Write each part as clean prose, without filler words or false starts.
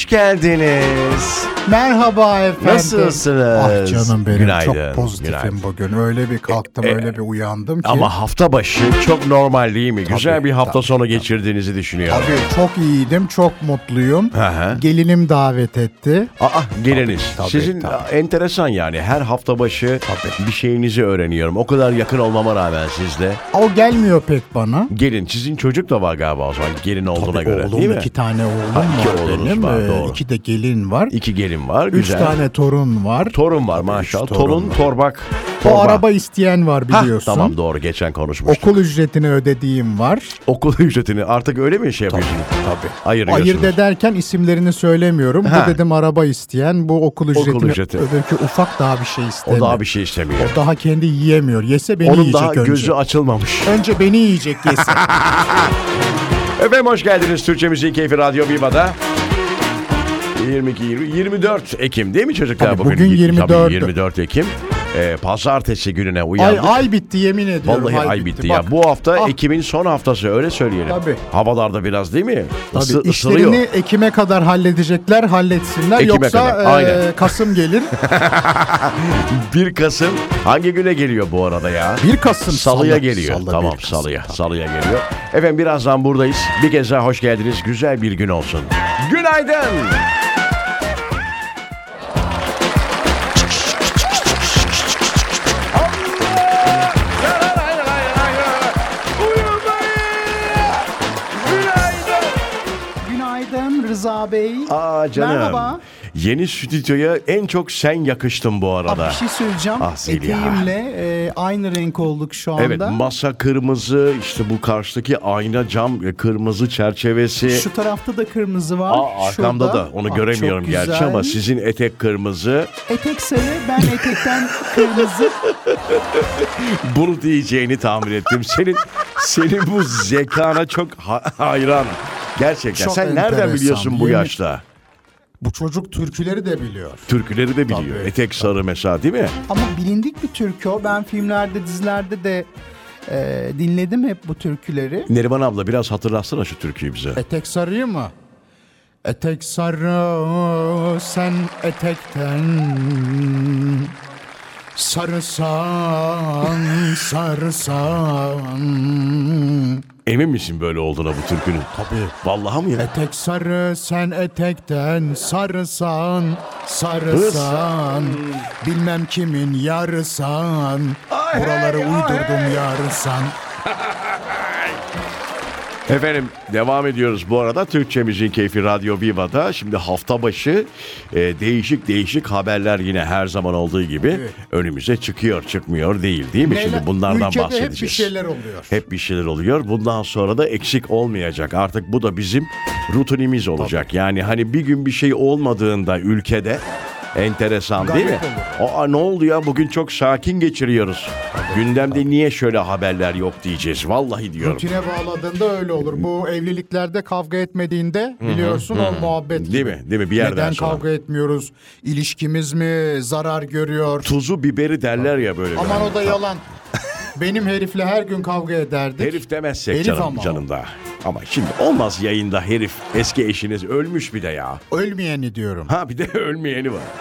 geldiniz. Merhaba efendim. Nasılsınız? Ah canım benim, Günaydın. çok pozitifim bugün. Öyle bir kalktım, öyle bir uyandım ki. Ama hafta başı çok normal değil mi? Güzel Tabii, bir hafta tabii, sonu geçirdiğinizi düşünüyorum. Tabii çok iyiydim, çok mutluyum. Hı hı. Gelinim davet etti. Geliniz. Tabii, Sizin enteresan yani. Her hafta başı bir şeyinizi öğreniyorum. O kadar yakın olmama rağmen sizle. O gelmiyor pek bana. Gelin. Sizin çocuk da var galiba o zaman gelin olduğuna Tabii göre oğlum, değil mi? 2 tane oğlum İki var oğlunuz benim. var, doğru. 2 de gelin var. 2 gelin var. 3 Güzel. tane torun var. Torun var maşallah. üç torun Torun, var. torbak. O Torba. araba isteyen var biliyorsun. Tamam doğru geçen konuşmuştuk. Okul ücretini ödediğim var. Okul ücretini artık öyle mi şey yapıyorsunuz? Tabii. Ayırıyorsunuz. Ayırt ederken isimlerini söylemiyorum. Ha. Bu dedim araba isteyen, bu okul ücretini. ücreti. Öbürkü ufak, daha bir şey istemiyor. O daha bir şey istemiyor. O daha kendi yiyemiyor. Yese beni Onun yiyecek daha önce. gözü açılmamış. Önce beni yiyecek yese. Efendim hoş geldiniz Türkçe Müziğin Keyfi Radyo Viva'da. 24 Ekim değil mi çocuklar? Tabii, bugün 24. Tabii 24 Ekim. Pazartesi gününe uyandık. Ay bitti, yemin ediyorum. Vallahi ay bitti Bak, ya. Bu hafta ah. Ekim'in son haftası öyle söyleyelim. Tabii. Havalarda biraz değil mi? Tabii, Isırıyor. işlerini Ekim'e kadar halledecekler, halletsinler. Ekim'e Yoksa kadar, aynen. Kasım gelir. 1 Kasım hangi güne geliyor bu arada ya? 1 Kasım. Salıya geliyor. Salı, Tamam 1 Kasım. salıya geliyor. Efendim birazdan buradayız. Bir kez daha hoş geldiniz. Güzel bir gün olsun. Günaydın. Günaydın Rıza Bey. Canım. Merhaba. Yeni stüdyoya en çok sen yakıştın bu arada. Bir şey söyleyeceğim. Zeliha. Eteğimle aynı renk olduk şu anda. Evet, masa kırmızı, işte bu karşıdaki ayna cam kırmızı çerçevesi. Şu tarafta da kırmızı var. Arkamda Şurada. da onu göremiyorum çok gerçi güzel. ama sizin etek kırmızı. Etek sarı, ben etekten kırmızı. Bunu diyeceğini tahmin ettim. Senin bu zekana çok hayran. Gerçekten. Çok Sen nereden enteresan, biliyorsun bu yemin- yaşta? Bu çocuk türküleri de biliyor. Türküleri de biliyor. Tabii, Etek sarı mesela değil mi? Ama bilindik bir türkü o. Ben filmlerde, dizilerde de dinledim hep bu türküleri. Neriman abla biraz hatırlatsana şu türküyü bize. Etek sarıyı mı? Etek sarı sen etekten sarısan sarısan. Emin misin böyle olduğuna bu türkünün? Tabii. Vallahi mı ya? Etek sarı sen etekten sarısan sarısan. Bilmem kimin yarısan. Buraları uydurdum yarısan. Efendim devam ediyoruz bu arada Türkçe Müziğin Keyfi Radyo Viva'da. Şimdi hafta başı değişik haberler yine her zaman olduğu gibi önümüze çıkmıyor değil mi? Şimdi bunlardan Ülkede bahsedeceğiz. hep bir şeyler oluyor. Hep bir şeyler oluyor. Bundan sonra da eksik olmayacak. Artık bu da bizim rutinimiz olacak. Yani hani bir gün bir şey olmadığında ülkede enteresan değil mi? Ne oldu ya bugün çok sakin geçiriyoruz. Gündemde niye şöyle haberler yok diyeceğiz. Vallahi diyorum. Rutine bağladığında öyle olur. Bu evliliklerde kavga etmediğinde biliyorsun o muhabbet gibi. Değil mi? Değil mi? Bir yerden Neden sonra. kavga etmiyoruz? İlişkimiz mi zarar görüyor? Tuzu biberi derler ya böyle. Aman o da yalan. Benim herifle her gün kavga ederdik. Herif demezsek Herif canım, ama o. canında. Ama şimdi olmaz yayında herif. Eski eşiniz ölmüş bir de ya. Ölmeyeni diyorum. Ha bir de ölmeyeni var.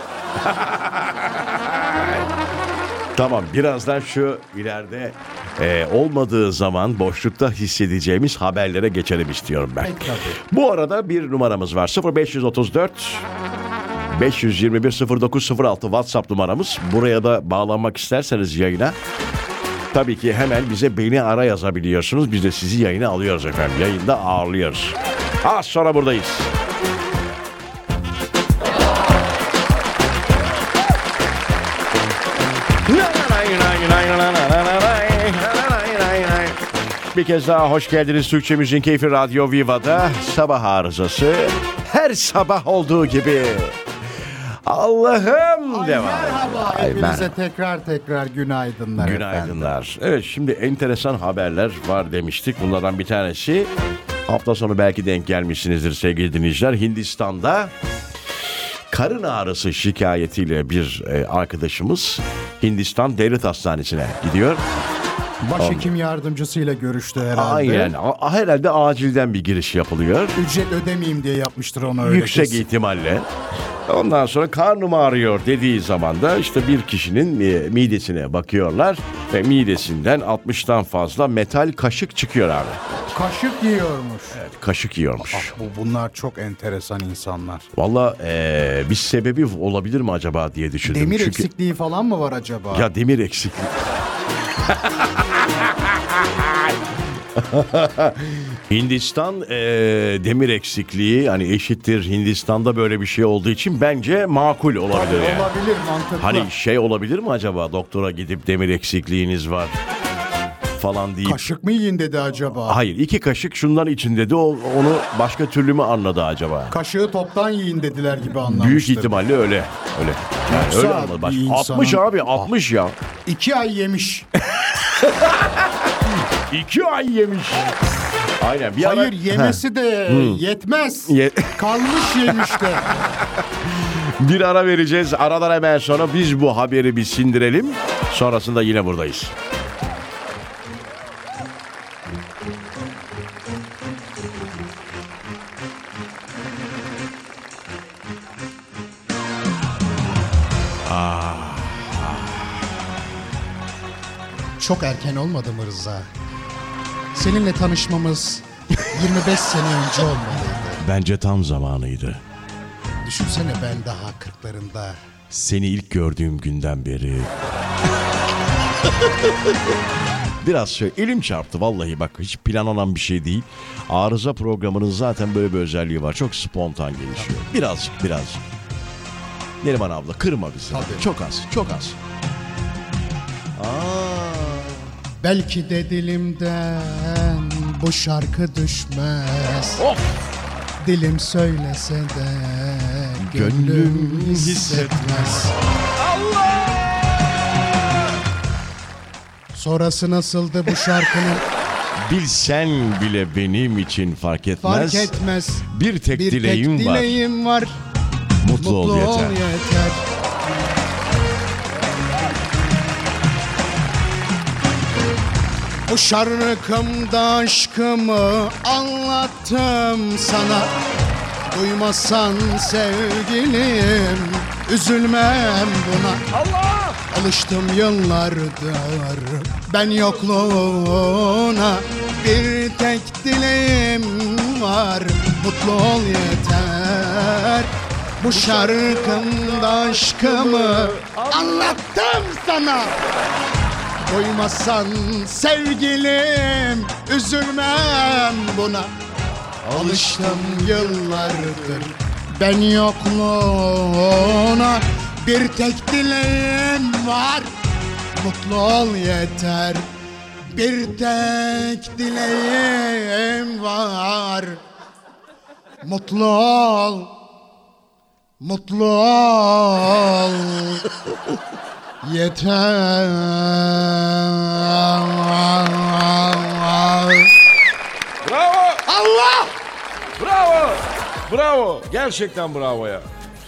Tamam birazdan şu ileride olmadığı zaman boşlukta hissedeceğimiz haberlere geçelim istiyorum ben. Peki, tabii. Bu arada bir numaramız var 0534 521 0906 WhatsApp numaramız. Buraya da bağlanmak isterseniz yayına. Tabii ki hemen bize beni ara yazabiliyorsunuz. Biz de sizi yayına alıyoruz efendim. Yayında ağırlıyoruz. Az sonra buradayız. Bir kez daha hoş geldiniz Türkçe Müziğin Keyfi Radyo Viva'da. Sabah arızası her sabah olduğu gibi. Allah'ım devam. Merhaba. Hepinize tekrar günaydınlar. Günaydınlar. Efendim. Evet şimdi enteresan haberler var demiştik. Bunlardan bir tanesi hafta sonu belki denk gelmişsinizdir sevgili dinleyiciler. Hindistan'da karın ağrısı şikayetiyle bir arkadaşımız Hindistan Devlet Hastanesi'ne gidiyor. Başhekim yardımcısıyla görüştü herhalde. Aynen. Herhalde acilden bir giriş yapılıyor. Ücret ödemeyeyim diye yapmıştır onu öyle. Yüksek ihtimalle. Ondan sonra karnım ağrıyor dediği zaman da işte bir kişinin midesine bakıyorlar ve midesinden 60'tan fazla metal kaşık çıkıyor abi. Kaşık yiyormuş. Evet, kaşık yiyormuş. Bunlar çok enteresan insanlar. Valla bir sebebi olabilir mi acaba diye düşündüm. Demir eksikliği falan mı var acaba? Ya demir eksikliği. Hindistan demir eksikliği hani eşittir Hindistan'da böyle bir şey olduğu için bence makul olabilir. Tabii, yani. olabilir, mantıklı. Hani şey olabilir mi acaba doktora gidip demir eksikliğiniz var falan deyip. Kaşık mı yiyin dedi acaba? Hayır 2 kaşık şundan için dedi onu başka türlü mü anladı acaba? Kaşığı toptan yiyin dediler gibi anlamıştır. Büyük ihtimalle öyle. Yani Yoksa öyle anladı. bir insanın- 60 abi 60 ya. 2 ay yemiş. 2 ay yemiş. Aynen bir Hayır ara... yemesi de yetmez. Kalmış yemişte. Bir ara vereceğiz. Aradan hemen sonra biz bu haberi bir sindirelim. Sonrasında yine buradayız. Çok erken olmadı mı Rıza? Seninle tanışmamız 25 sene önce olmalıydı. Bence tam zamanıydı. Düşünsene ben daha 40'larında. Seni ilk gördüğüm günden beri. Biraz elim çarptı vallahi bak hiç planlanan bir şey değil. Arıza programının zaten böyle bir özelliği var. Çok spontan gelişiyor. Birazcık. Neriman abla kırma bizi. Tabii. Çok az. Belki de dilimden bu şarkı düşmez. Of! Dilim söylese de gönlüm hissetmez. Allah! Sonrası nasıldı bu şarkının? Bilsen bile benim için fark etmez. Fark etmez. Bir tek dileğim var. Mutlu ol yeter. Bu şarkımda aşkımı anlattım sana. Duymasan sevgilim üzülmem buna. Allah! Alıştım yıllardır ben yokluğuna. Bir tek dileğim var, mutlu ol yeter. Bu şarkımda aşkımı anlattım sana. Doymasan sevgilim üzülmem buna. Alıştım yıllardır ben yokluğuna. Bir tek dileğim var, mutlu ol yeter. Bir tek dileğim var, mutlu ol, mutlu ol yeter. Bravo! Allah! Bravo! Gerçekten bravo ya.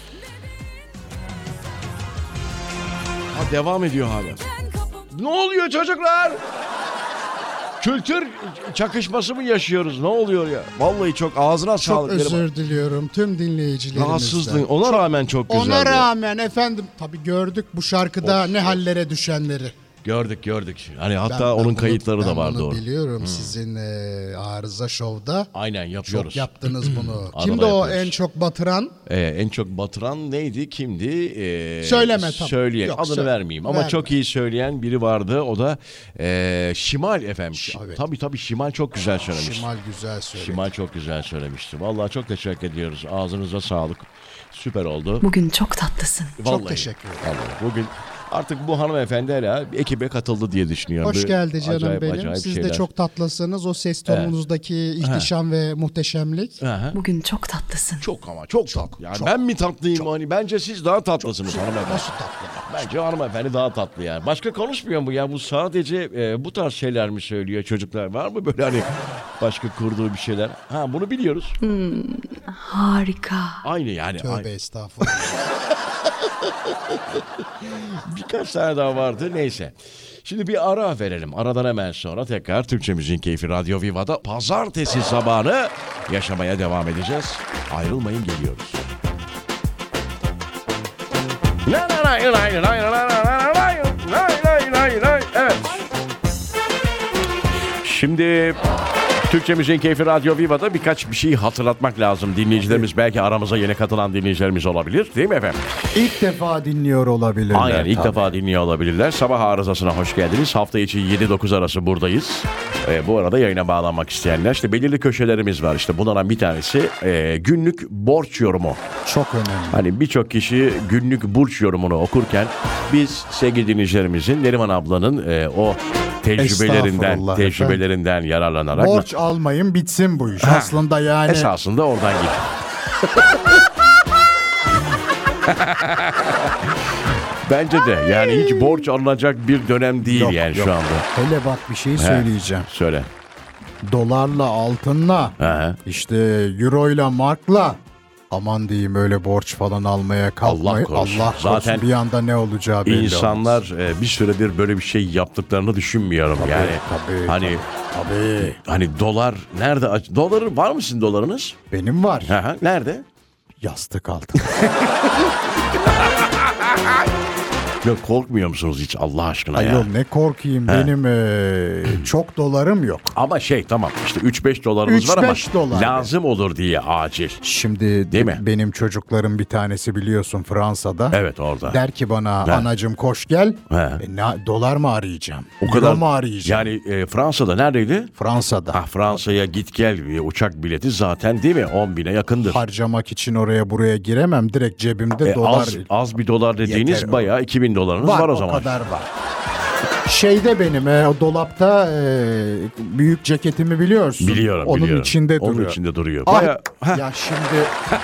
Devam ediyor hala. Ne oluyor çocuklar? Kültür çakışması mı yaşıyoruz? Ne oluyor ya? Vallahi çok ağzına Çok sağlık. özür diliyorum tüm dinleyicilerimizden. Rahatsızlığın. Ona rağmen çok güzeldi. Ona rağmen efendim tabii gördük bu şarkıda ne hallere düşenleri. Gördük. Hani hatta onun kayıtları da vardı orada. orada. Ben biliyorum sizin Arıza Show'da. Aynen yapıyoruz. Çok yaptınız bunu. Arada Kimdi o yapıyoruz. en çok batıran? En çok batıran neydi? Kimdi? Söyleme tamam. Söyleyen. Yok, Adını vermeyeyim. Ama verme. çok iyi söyleyen biri vardı. O da Şimal efendim. Evet. Tabii Şimal çok güzel söylemiş. Şimal güzel söyledi. Şimal çok güzel söylemişti. Vallahi çok teşekkür ediyoruz. Ağzınıza sağlık. Süper oldu. Bugün çok tatlısın. Vallahi. Çok teşekkür ederim. Vallahi. Bugün artık bu hanımefendi hala ekibe katıldı diye düşünüyorum. Hoş Böyle geldi canım acayip, benim. acayip Siz şeyler. de çok tatlısınız. O ses tonunuzdaki ihtişam ve muhteşemlik. Aha. Bugün çok tatlısın. Çok tatlı. Yani ben mi tatlıyım hani? Bence siz daha tatlısınız hanımefendi. Nasıl tatlı? Bence hanımefendi daha tatlı yani. Başka konuşmuyor mu ya? Bu sadece bu tarz şeyler mi söylüyor çocuklar? Var mı böyle hani başka kurduğu bir şeyler? Ha bunu biliyoruz. Harika. Aynı yani. Tövbe estağfurullah. Birkaç tane daha vardı neyse. Şimdi bir ara verelim. Aradan hemen sonra tekrar Türkçe Müziğin Keyfi Radyo Viva'da pazartesi sabahını yaşamaya devam edeceğiz. Ayrılmayın, geliyoruz. Evet. Şimdi Türkçe Müziğin Keyfi Radyo Viva'da birkaç bir şeyi hatırlatmak lazım. Dinleyicilerimiz, belki aramıza yeni katılan dinleyicilerimiz olabilir. Değil mi efendim? İlk defa dinliyor olabilirler. Aynen, ilk tabii. defa dinliyor olabilirler. Sabah arızasına hoş geldiniz. Hafta içi 7-9 arası buradayız. Bu arada yayına bağlanmak isteyenler, işte belirli köşelerimiz var. İşte bunlardan bir tanesi günlük borç yorumu. Çok önemli. Hani birçok kişi günlük borç yorumunu okurken biz sevgili dinleyicilerimizin, Neriman ablanın o Estağfurullah tecrübelerinden yararlanarak borç almayın, bitsin bu iş. Aslında yani esasında oradan git. Bence de yani hiç borç alınacak bir dönem değil Yok, yani yok. şu anda. hele bak bir şey söyleyeceğim. Söyle. Dolarla, altınla, Aha. işte euroyla, markla, aman diyeyim öyle borç falan almaya kalkmayın. Allah korusun. Allah korusun. Zaten bir anda ne olacağı belli olmaz. İnsanlar bir süredir böyle bir şey yaptıklarını düşünmüyorum yani. Tabii, hani tabii. hani dolar nerede? Doları var mı sizin dolarınız? Benim var. Aha, nerede? Yastık altında. Yok, korkmuyor musunuz hiç Allah aşkına ya? Ayol ne korkayım, benim çok dolarım yok. Ama tamam işte 3-5 dolarımız var ama 3-5 dolar. lazım olur diye acil. Şimdi Değil mi? benim çocuklarım bir tanesi biliyorsun Fransa'da. Evet, orada. Der ki bana anacığım koş gel. Dolar mı arayacağım? O kadar Euro mu arayacağım? Yani Fransa'da neredeydi? Fransa'da. Fransa'ya git gel bir uçak bileti zaten değil mi? 10.000'e yakındır. Harcamak için oraya buraya giremem. Direkt cebimde dolar. Az bir dolar dediğiniz Yeter o. bayağı 2.000 dolarınız var o zaman. O kadar var. Şeyde benim o dolapta büyük ceketimi biliyorsun. Biliyorum. Onun içinde duruyor. Onun içinde duruyor. Ah, Bayağı, ya şimdi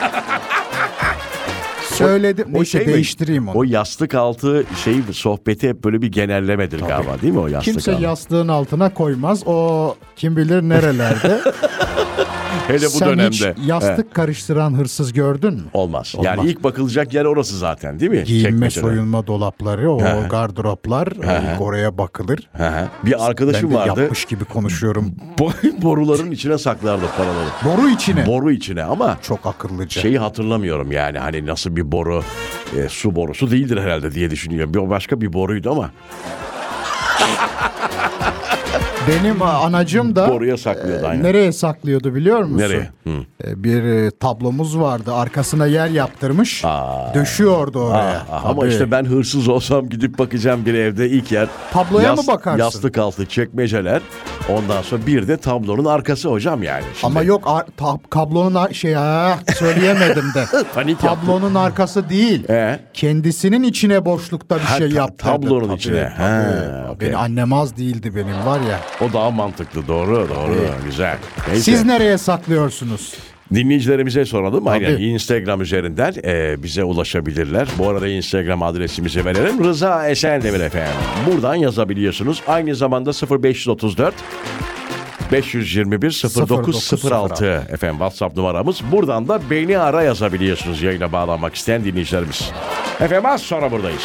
söyledim. Neyse değiştireyim onu. O yastık altı sohbeti hep böyle bir genellemedir galiba, değil mi o yastık Kimse altı? yastığın altına koymaz. O kim bilir nerelerde. Hele bu Sen dönemde. hiç yastık karıştıran hırsız gördün mü? Olmaz. Yani ilk bakılacak yer orası zaten, değil mi? Giyinme Çekmeceler. soyunma dolapları, o gardıroplar, ilk oraya bakılır. Bir arkadaşım Ben de vardı. yapmış gibi konuşuyorum. Boruların içine saklardı paraları. Boru içine. Boru içine ama Çok akıllıca. şeyi hatırlamıyorum yani, hani nasıl bir boru, su borusu değildir herhalde diye düşünüyorum. Bir başka bir boruydu ama Benim anacığım da boruya saklıyordu aynen. nereye saklıyordu biliyor musun? Nereye? Bir tablomuz vardı. Arkasına yer yaptırmış. Döşüyordu oraya. Ama Tabii. işte ben hırsız olsam gidip bakacağım bir evde, ilk yer Tabloya mı bakarsın? Yastık altı çekmeceler. Ondan sonra bir de tablonun arkası hocam yani. Şimdi Ama yok kablonun söyleyemedim de. Panik yaptım. Tablonun arkası değil. Kendisinin içine boşlukta bir şey yaptırdı. Tablonun Tabii, içine. tabii. Okay. Benim annem az değildi benim var ya. O daha mantıklı. Doğru. Güzel. Neyse. Siz nereye saklıyorsunuz? Dinleyicilerimize soralım. Tabii. Aynen Instagram üzerinden bize ulaşabilirler. Bu arada Instagram adresimizi verelim. Rıza Esendemir efendim. Buradan yazabiliyorsunuz. Aynı zamanda 0534 521 0906 efendim WhatsApp numaramız. Buradan da beni ara yazabiliyorsunuz yayına bağlanmak isteyen dinleyicilerimiz. Efendim az sonra buradayız.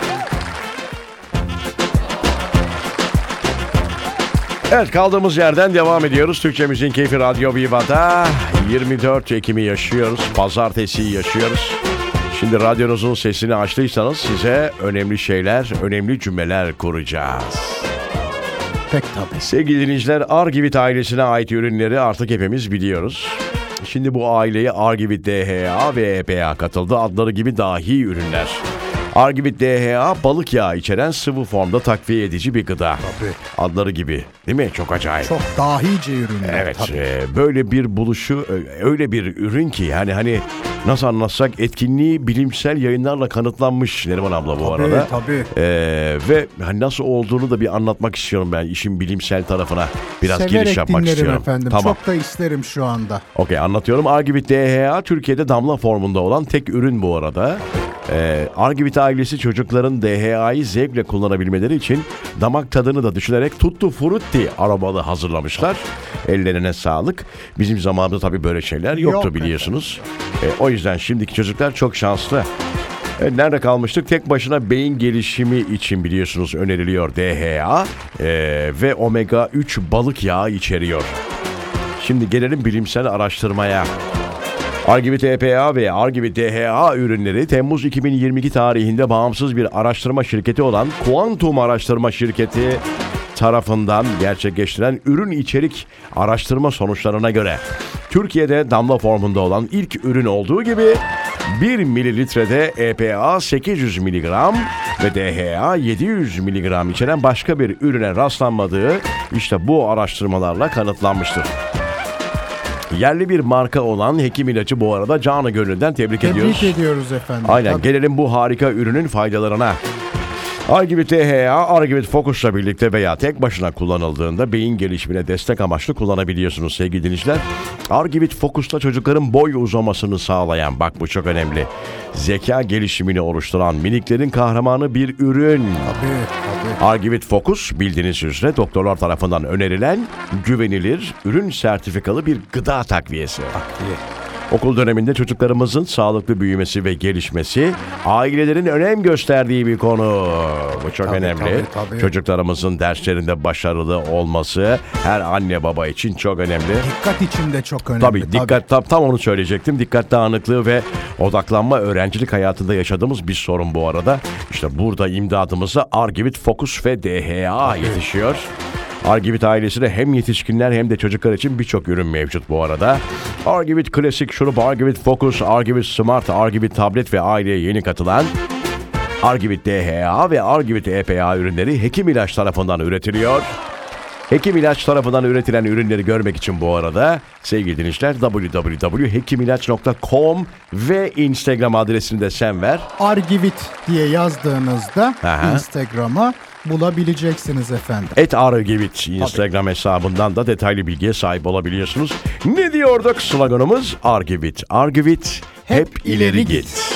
Evet, kaldığımız yerden devam ediyoruz. Türkçe Müziğin Keyfi Radyo Viva'da 24 Ekim'i yaşıyoruz. Pazartesiyi yaşıyoruz. Şimdi radyonuzun sesini açtıysanız size önemli şeyler, önemli cümleler kuracağız. Pek tabii. Sevgili dinleyiciler, Argivit ailesine ait ürünleri artık hepimiz biliyoruz. Şimdi bu aileye Argivit DHA ve EPA katıldı. Adları gibi dahi ürünler. Argivit DHA balık yağı içeren sıvı formda takviye edici bir gıda. Tabii. Adları gibi, değil mi? Çok acayip. Çok dahice ürünler. Evet, tabii. böyle bir buluşu, öyle bir ürün ki yani hani nasıl anlatsak, etkinliği bilimsel yayınlarla kanıtlanmış Neriman abla bu arada. Tabii. Ve hani nasıl olduğunu da bir anlatmak istiyorum ben, işin bilimsel tarafına biraz Severek giriş yapmak dinlerim istiyorum. efendim. Tamam. Çok da isterim şu anda. Okey, anlatıyorum. Argivit DHA Türkiye'de damla formunda olan tek ürün bu arada. Argivit ailesi çocukların DHA'yı zevkle kullanabilmeleri için damak tadını da düşünerek Tutti Frutti aromalı hazırlamışlar. Ellerine sağlık. Bizim zamanımızda tabii böyle şeyler yoktu, Yok biliyorsunuz. O yüzden şimdiki çocuklar çok şanslı. Nerede kalmıştık? Tek başına beyin gelişimi için biliyorsunuz öneriliyor DHA ve omega 3 balık yağı içeriyor. Şimdi gelelim bilimsel araştırmaya. Argivit EPA ve Argivit DHA ürünleri Temmuz 2022 tarihinde bağımsız bir araştırma şirketi olan Kuantum Araştırma Şirketi tarafından gerçekleştirilen ürün içerik araştırma sonuçlarına göre Türkiye'de damla formunda olan ilk ürün olduğu gibi 1 mililitrede EPA 800 mg ve DHA 700 mg içeren başka bir ürüne rastlanmadığı işte bu araştırmalarla kanıtlanmıştır. Yerli bir marka olan Hekim İlaç'ı bu arada canı gönülden tebrik ediyoruz. Tebrik ediyoruz efendim. Aynen. Tabii. Gelelim bu harika ürünün faydalarına. Argivit DHA, Argivit Focus'la birlikte veya tek başına kullanıldığında beyin gelişimine destek amaçlı kullanabiliyorsunuz sevgili dinleyiciler. Argivit Focus'ta çocukların boy uzamasını sağlayan, bak bu çok önemli, zeka gelişimini oluşturan miniklerin kahramanı bir ürün. Tabii. Argivit Focus bildiğiniz üzere doktorlar tarafından önerilen güvenilir ürün sertifikalı bir gıda takviyesi. Okul döneminde çocuklarımızın sağlıklı büyümesi ve gelişmesi ailelerin önem gösterdiği bir konu. Bu çok önemli. Tabii. Çocuklarımızın derslerinde başarılı olması her anne baba için çok önemli. Dikkat için de çok önemli. Tabii dikkat tam onu söyleyecektim. Dikkat dağınıklığı ve odaklanma öğrencilik hayatında yaşadığımız bir sorun bu arada. İşte burada imdadımıza Argivit Focus ve DHA yetişiyor. Argivit ailesinde hem yetişkinler hem de çocuklar için birçok ürün mevcut bu arada. Argivit Klasik şurup, Argivit Focus, Argivit Smart, Argivit Tablet ve aileye yeni katılan Argivit DHA ve Argivit EPA ürünleri Hekim İlaç tarafından üretiliyor. Hekim İlaç tarafından üretilen ürünleri görmek için bu arada sevgili dinleyiciler www.hekimilaç.com ve Instagram adresini de sen ver. Argivit diye yazdığınızda Aha. Instagram'a bulabileceksiniz efendim. @Argivit Instagram hesabından da detaylı bilgiye sahip olabiliyorsunuz. Ne diyorduk? Sloganımız Argivit. Argivit hep ileri git.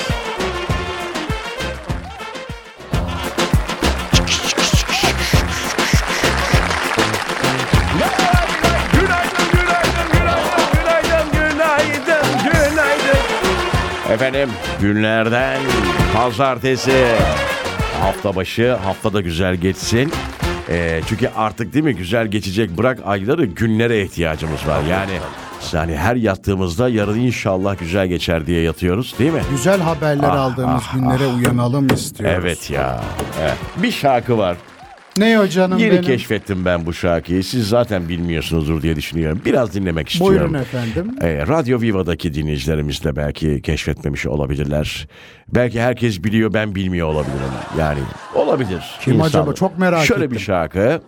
Efendim günlerden pazartesi. Hafta başı, haftada güzel geçsin. Çünkü artık değil mi güzel geçecek bırak ayları, günlere ihtiyacımız var. Yani her yattığımızda yarın inşallah güzel geçer diye yatıyoruz değil mi? Güzel haberler aldığımız günlere uyanalım istiyoruz. Evet ya. Evet. Bir şarkı var. Ne o canım Yeni benim? keşfettim ben bu şarkıyı. Siz zaten bilmiyorsunuzdur diye düşünüyorum. Biraz dinlemek istiyorum. Buyurun efendim. Radyo Viva'daki dinleyicilerimiz de belki keşfetmemiş olabilirler. Belki herkes biliyor, ben bilmiyor olabilirim. Yani olabilir. Kim acaba? Çok merak Şöyle ettim. bir şarkı.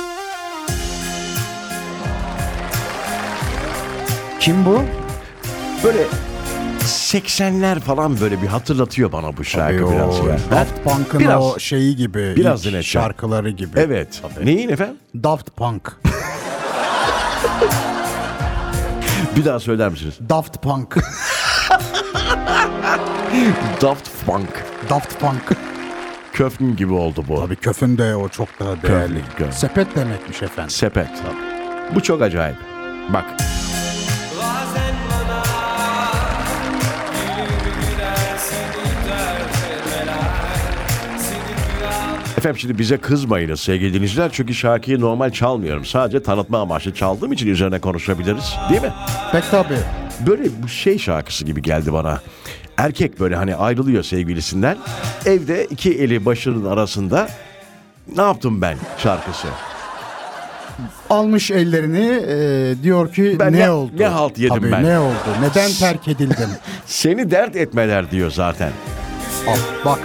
Kim bu? Böyle 80'ler falan böyle bir hatırlatıyor bana bu şarkı Tabii biraz. o Ya. Daft Punk'ın Biraz. o şeyi gibi. Biraz ilk dinleteceğim. şarkıları gibi. Evet. Neyin efendim? Daft Punk. Bir daha söyler misiniz? Daft Punk. Daft Punk. Daft Punk. Köfün gibi oldu bu. Tabii köfün de o çok daha değerli. Köfün. Sepet demekmiş efendim. Sepet. Bu çok acayip. Bak. Efendim şimdi bize kızmayınız sevgili dinleyiciler. Çünkü şarkıyı normal çalmıyorum. Sadece tanıtma amaçlı çaldığım için üzerine konuşabiliriz. Değil mi? Pek tabii. Böyle bu şey şarkısı gibi geldi bana. Erkek böyle hani ayrılıyor sevgilisinden. Evde iki eli başının arasında ne yaptım ben şarkısı. Almış ellerini diyor ki Ben ne ne- oldu? ne halt yedim Tabii, ben? ne oldu? Neden terk edildim? Seni dert etmeler diyor zaten. Al, bak.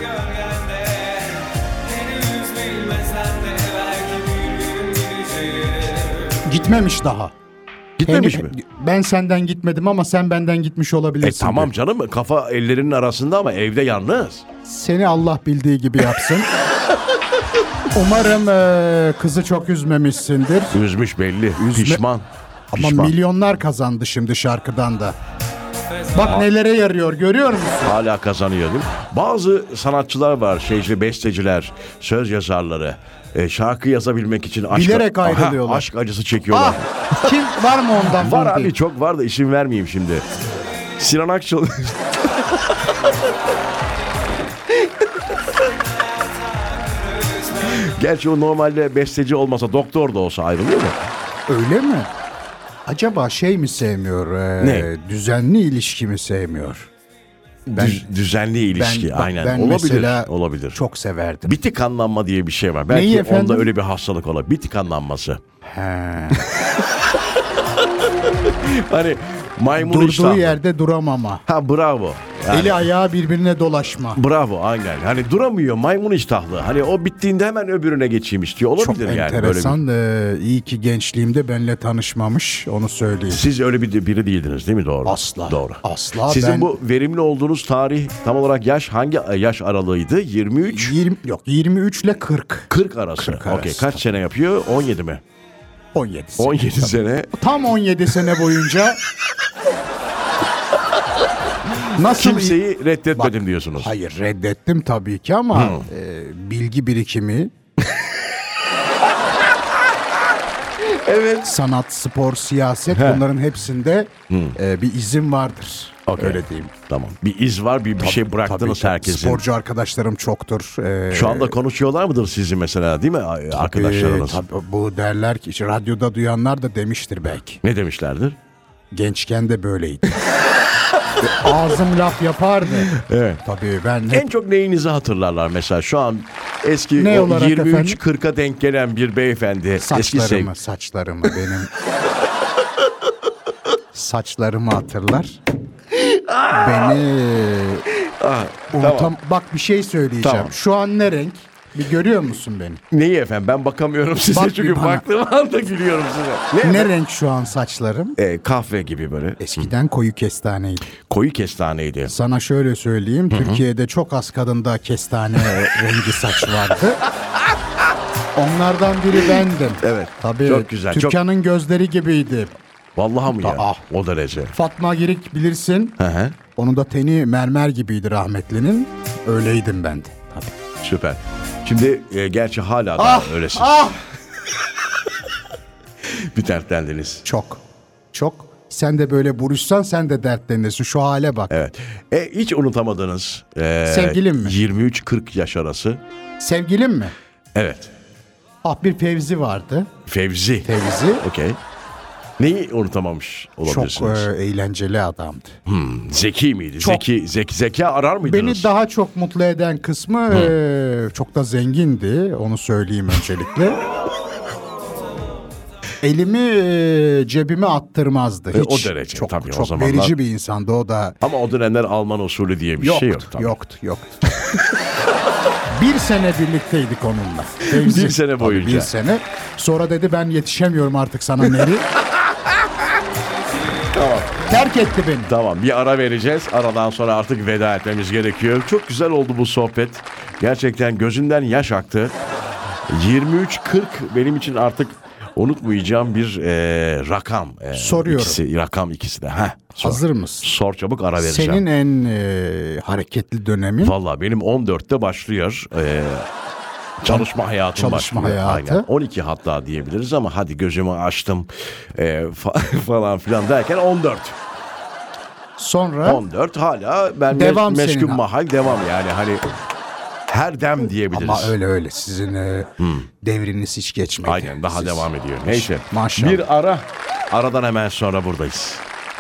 Gitmemiş daha. Gitmemiş mi? Ben senden gitmedim ama sen benden gitmiş olabilirsin. Tamam diyor. canım, kafa ellerinin arasında ama evde yalnız. Seni Allah bildiği gibi yapsın. Umarım kızı çok üzmemişsindir. Üzmüş belli. Pişman. Ama Pişman. milyonlar kazandı şimdi şarkıdan da. Bak nelere yarıyor, görüyor musun? Hala kazanıyor değil mi? Bazı sanatçılar var, besteciler, söz yazarları. Şarkı yazabilmek için Bilerek ayrılıyorlar. aşk acısı çekiyorlar. Kim var mı ondan? Var bildiğin? abi, çok var da isim vermeyeyim şimdi. Sinan Akçıl. Gerçi o normalde besteci olmasa doktor da olsa ayrılıyor mu? Öyle mi? Acaba şey mi sevmiyor? Ne? Düzenli ilişki mi sevmiyor? Düzenli ilişki aynen. Ben Olabilir. mesela Olabilir. çok severdim. Bitik kanlanma diye bir şey var. Belki Neyi efendim? onda öyle bir hastalık olabilir. Bitik kanlanması. He. Hani maymun Durduğu iştahlı. yerde duramama. Ha bravo. Yani, Eli ayağı birbirine dolaşma. bravo aynen. Hani duramıyor maymun iştahlı. Hani o bittiğinde hemen öbürüne geçeyim istiyor. Çok Olabilir yani. enteresan. İyi ki gençliğimde benimle tanışmamış. Onu söyleyeyim. Siz öyle biri değildiniz değil mi? Doğru. Asla. Doğru. Asla. Sizin bu verimli olduğunuz tarih tam olarak hangi yaş aralığıydı? 23? 23 ile 40. 40 arası. 40 arası. Okey. Kaç sene yapıyor? 17 mi? 17 sene. 17 sene. Tam 17 sene boyunca nasıl Kimseyi reddetmedim diyorsunuz. Hayır, reddettim tabii ki ama bilgi birikimi, Evet. sanat, spor, siyaset bunların hepsinde bir izin vardır. Okey. Öyle diyeyim. Tamam. Bir iz var, bir şey bıraktınız Tabii, herkesin. sporcu arkadaşlarım çoktur. Şu anda konuşuyorlar mıdır sizi mesela değil mi arkadaşlarınız? Tabii, bu derler ki işte radyoda duyanlar da demiştir belki. Ne demişlerdir? Gençken de böyleydi. Ağzım laf yapardı. Evet. Tabii ben En çok neyinizi hatırlarlar mesela şu an eski Ne o olarak 23-40'a denk gelen bir beyefendi. Eski saçlarımı benim saçlarımı hatırlar. Beni tamam. Bak bir şey söyleyeceğim. Tamam. Şu an ne renk? Bir görüyor musun beni? Neyi efendim? Ben bakamıyorum size Bak bir çünkü bana. baktığım anda gülüyorum size. Ne renk şu an saçlarım? Kahve gibi böyle. Eskiden koyu kestaneydi. Koyu kestaneydi. Sana şöyle söyleyeyim. Türkiye'de çok az kadında kestane rengi saç vardı. Onlardan biri bendim. Evet. Tabii. Çok güzel. Türkan'ın gözleri gibiydi. Vallahi mı ya? Ah. O derece. Fatma Girik bilirsin. Hı hı. Onun da teni mermer gibiydi rahmetlinin. Öyleydim ben de. Tabii. Süper. Şimdi gerçi hala da öylesiniz. Bir dertlendiniz. Çok. Sen de böyle buruşsan sen de dertlenirsin. Şu hale bak. Evet. Hiç unutamadınız. Sevgilim mi? 23-40 yaş arası. Sevgilim mi? Evet. Bir Fevzi vardı. Fevzi. Okey. Neyi unutamamış Çok olabilirsiniz? eğlenceli adamdı. Zeki miydi? Çok. Zeka arar mıydınız? Beni daha çok mutlu eden kısmı çok da zengindi. Onu söyleyeyim öncelikle. Elimi cebime attırmazdı. Hiç. O derece Çok, tabii o çok zamanlar. verici bir insandı o da. Ama o dönemler Alman usulü diye bir şey yok. Tabii. Yoktu. Bir sene birlikteydik onunla. Fevzi. Bir sene boyunca. Tabii, bir sene. Sonra dedi ben yetişemiyorum artık sana Neri. Tamam. Terk etti beni. Tamam, bir ara vereceğiz. Aradan sonra artık veda etmemiz gerekiyor. Çok güzel oldu bu sohbet. Gerçekten gözünden yaş aktı. 23-40 benim için artık unutmayacağım bir rakam. Soruyorum. Rakam ikisi de. Sor. Hazır mısın? Sor çabuk, ara vereceğim. Senin en hareketli dönemin? Valla benim 14'te başlıyor. Çalışma hayatım Çalışma başlıyor. hayatı. Aynen. 12 hatta diyebiliriz ama hadi gözümü açtım falan filan derken 14. Sonra 14 hala ben Devam meskun senin. mahal devam yani hani her dem diyebiliriz. ama öyle sizin devriniz hiç geçmedi. Aynen daha Siz- devam ediyor. Neyse. Maşallah. Bir ara. Aradan hemen sonra buradayız.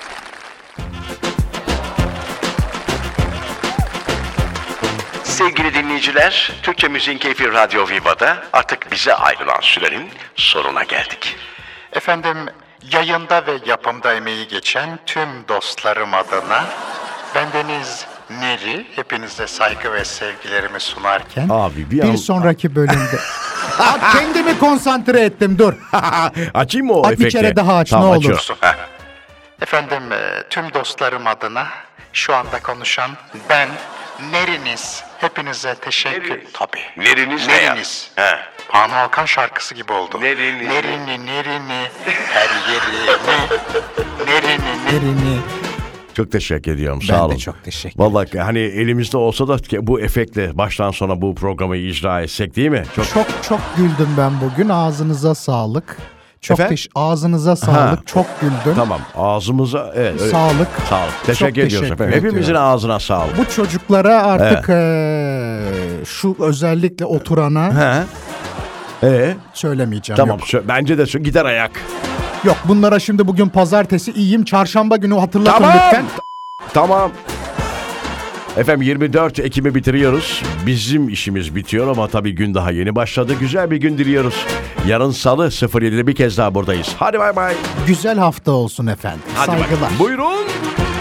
Sevgili dinleyiciler, Türkçe Müziğin Keyfi Radyo Viva'da artık bize ayrılan sürenin sonuna geldik. Efendim, yayında ve yapımda emeği geçen tüm dostlarım adına bendeniz Neri hepinize saygı ve sevgilerimi sunarken Abi Bir sonraki bölümde. Kendimi konsantre ettim dur. Açayım mı o Bir efekti? kere daha aç, Tamam, ne olur. açıyorum. efendim tüm dostlarım adına şu anda konuşan ben Neriniz. Hepinize teşekkür. Tabii. Neriniz ne ya? Neriniz. Banu Alkan şarkısı gibi oldu. Nerini. Nerini, her yerini, Yerini. Çok teşekkür ediyorum. Ben Sağ olun. de çok teşekkür ederim. Vallahi hani elimizde olsa da bu efektle baştan sona bu programı icra etsek değil mi? Çok güldüm ben bugün. Ağzınıza sağlık. Çok Efendim? ağzınıza sağlık. Çok güldüm. Tamam. Ağzımıza evet. Öyle. Sağlık. Sağlık. Teşekkür ediyoruz teşekkür efendim. Hepimizin ediyorum. ağzına sağlık. Bu çocuklara artık şu özellikle oturana söylemeyeceğim. Tamam. Yok. Bence de gider ayak. Yok, bunlara şimdi bugün pazartesi, iyiyim. Çarşamba günü hatırlatın Tamam. lütfen. Tamam. Efendim 24 Ekim'i bitiriyoruz. Bizim işimiz bitiyor ama tabii gün daha yeni başladı. Güzel bir gün diliyoruz. Yarın Salı 07'de bir kez daha buradayız. Hadi bay bay. Güzel hafta olsun efendim. Hadi Saygılar. Buyurun.